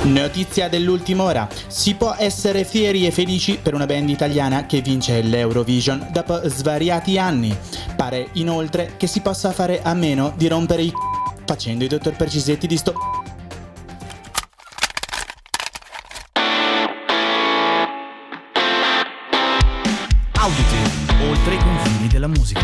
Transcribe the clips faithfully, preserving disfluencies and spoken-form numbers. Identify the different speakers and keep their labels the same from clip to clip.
Speaker 1: Notizia dell'ultima ora. Si può essere fieri e felici per una band italiana che vince l'Eurovision dopo svariati anni. Pare inoltre che si possa fare a meno di rompere i c***o facendo i dottor Precisetti di sto...
Speaker 2: Auditive, oltre i confini della musica.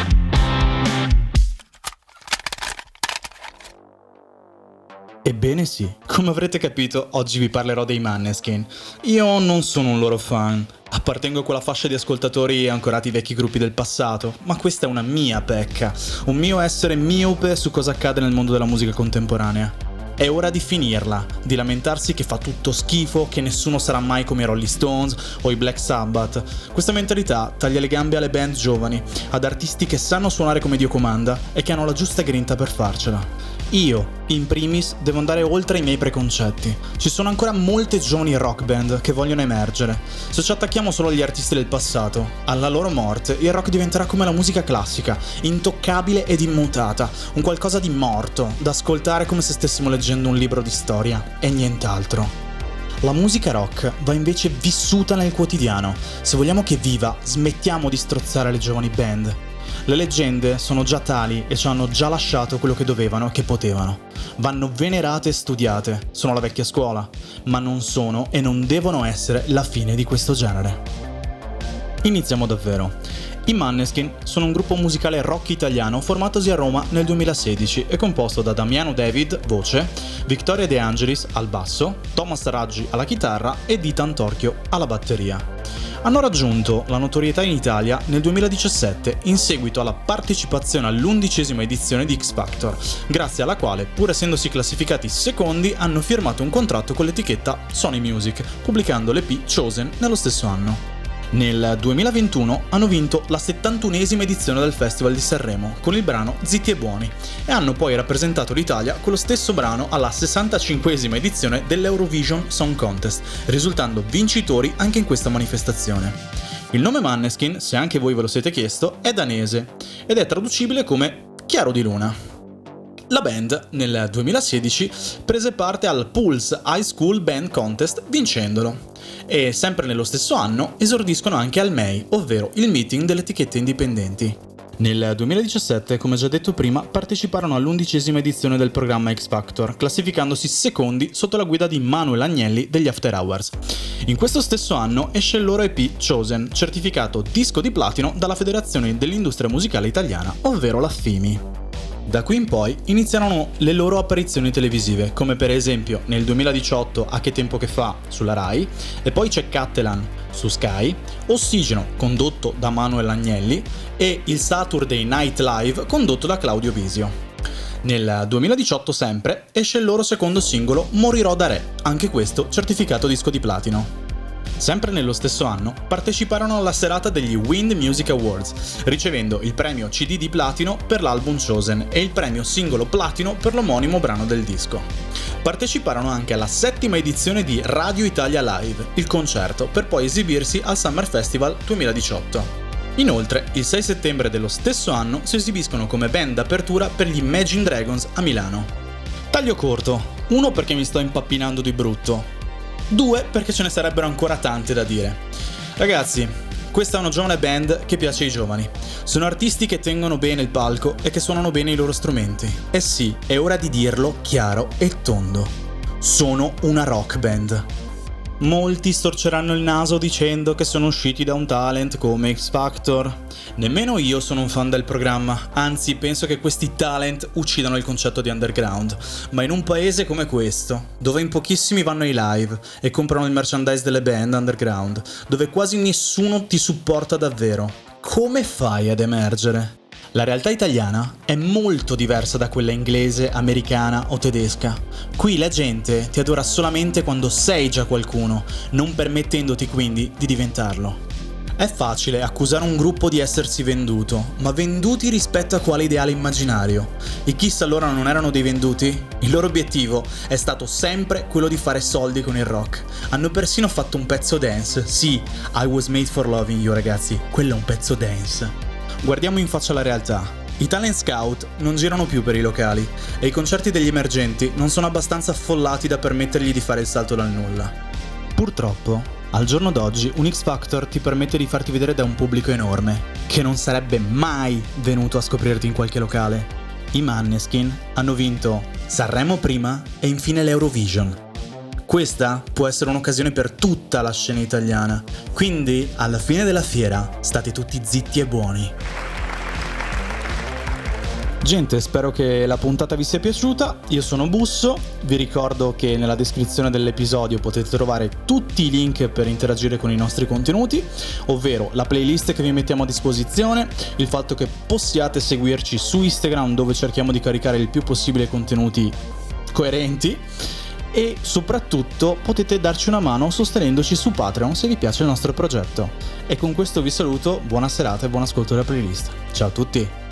Speaker 1: Ebbene sì, come avrete capito, oggi vi parlerò dei Måneskin. Io non sono un loro fan, appartengo a quella fascia di ascoltatori ancorati ai vecchi gruppi del passato, ma questa è una mia pecca, un mio essere miope su cosa accade nel mondo della musica contemporanea. È ora di finirla, di lamentarsi che fa tutto schifo, che nessuno sarà mai come i Rolling Stones o i Black Sabbath. Questa mentalità taglia le gambe alle band giovani, ad artisti che sanno suonare come Dio comanda e che hanno la giusta grinta per farcela. Io, in primis, devo andare oltre i miei preconcetti. Ci sono ancora molte giovani rock band che vogliono emergere. Se ci attacchiamo solo agli artisti del passato, alla loro morte, il rock diventerà come la musica classica, intoccabile ed immutata, un qualcosa di morto, da ascoltare come se stessimo leggendo un libro di storia, e nient'altro. La musica rock va invece vissuta nel quotidiano. Se vogliamo che viva, smettiamo di strozzare le giovani band. Le leggende sono già tali e ci hanno già lasciato quello che dovevano e che potevano. Vanno venerate e studiate, sono la vecchia scuola, ma non sono e non devono essere la fine di questo genere. Iniziamo davvero. I Måneskin sono un gruppo musicale rock italiano formatosi a Roma nel duemilasedici e composto da Damiano David, voce, Victoria De Angelis al basso, Thomas Raggi alla chitarra e Ditan Torchio alla batteria. Hanno raggiunto la notorietà in Italia nel duemiladiciassette in seguito alla partecipazione all'undicesima edizione di X Factor, grazie alla quale, pur essendosi classificati secondi, hanno firmato un contratto con l'etichetta Sony Music, pubblicando l'E P Chosen nello stesso anno. Nel duemilaventuno hanno vinto la settantunesima edizione del Festival di Sanremo con il brano Zitti e Buoni e hanno poi rappresentato l'Italia con lo stesso brano alla sessantacinquesima edizione dell'Eurovision Song Contest, risultando vincitori anche in questa manifestazione. Il nome Måneskin, se anche voi ve lo siete chiesto, è danese ed è traducibile come Chiaro di Luna. La band, nel duemilasedici, prese parte al Pulse High School Band Contest vincendolo. E sempre nello stesso anno esordiscono anche al M E I, ovvero il meeting delle etichette indipendenti. Nel duemiladiciassette, come già detto prima, parteciparono all'undicesima edizione del programma X Factor, classificandosi secondi sotto la guida di Manuel Agnelli degli After Hours. In questo stesso anno esce il loro E P Chosen, certificato disco di platino dalla Federazione dell'Industria Musicale Italiana, ovvero la F I M I. Da qui in poi iniziarono le loro apparizioni televisive, come per esempio nel duemiladiciotto A Che Tempo Che Fa sulla Rai, e poi c'è Cattelan su Sky, Ossigeno condotto da Manuel Agnelli e il Saturday Night Live condotto da Claudio Visio. Nel duemiladiciotto sempre esce il loro secondo singolo Morirò da Re, anche questo certificato disco di platino. Sempre nello stesso anno parteciparono alla serata degli Wind Music Awards, ricevendo il premio C D di platino per l'album Chosen e il premio singolo platino per l'omonimo brano del disco. Parteciparono anche alla settima edizione di Radio Italia Live, il concerto, per poi esibirsi al Summer Festival duemiladiciotto. Inoltre, il sei settembre dello stesso anno si esibiscono come band d'apertura per gli Imagine Dragons a Milano. Taglio corto, uno perché mi sto impappinando di brutto. Due, perché ce ne sarebbero ancora tante da dire. Ragazzi, questa è una giovane band che piace ai giovani. Sono artisti che tengono bene il palco e che suonano bene i loro strumenti. E sì, è ora di dirlo chiaro e tondo. Sono una rock band. Molti storceranno il naso dicendo che sono usciti da un talent come X Factor. Nemmeno io sono un fan del programma, anzi penso che questi talent uccidano il concetto di underground. Ma in un paese come questo, dove in pochissimi vanno ai live e comprano il merchandise delle band underground, dove quasi nessuno ti supporta davvero, come fai ad emergere? La realtà italiana è molto diversa da quella inglese, americana o tedesca. Qui la gente ti adora solamente quando sei già qualcuno, non permettendoti quindi di diventarlo. È facile accusare un gruppo di essersi venduto, ma venduti rispetto a quale ideale immaginario? I Kiss allora non erano dei venduti? Il loro obiettivo è stato sempre quello di fare soldi con il rock. Hanno persino fatto un pezzo dance. Sì, I Was Made for Loving You, ragazzi, quello è un pezzo dance. Guardiamo in faccia la realtà. I talent scout non girano più per i locali e i concerti degli emergenti non sono abbastanza affollati da permettergli di fare il salto dal nulla. Purtroppo, al giorno d'oggi un X Factor ti permette di farti vedere da un pubblico enorme, che non sarebbe mai venuto a scoprirti in qualche locale. I Måneskin hanno vinto Sanremo prima e infine l'Eurovision. Questa può essere un'occasione per tutta la scena italiana, quindi alla fine della fiera state tutti zitti e buoni. Gente, spero che la puntata vi sia piaciuta. Io sono Busso, vi ricordo che nella descrizione dell'episodio potete trovare tutti i link per interagire con i nostri contenuti, ovvero la playlist che vi mettiamo a disposizione, il fatto che possiate seguirci su Instagram dove cerchiamo di caricare il più possibile contenuti coerenti e soprattutto potete darci una mano sostenendoci su Patreon se vi piace il nostro progetto. E con questo vi saluto, buona serata e buon ascolto della playlist. Ciao a tutti!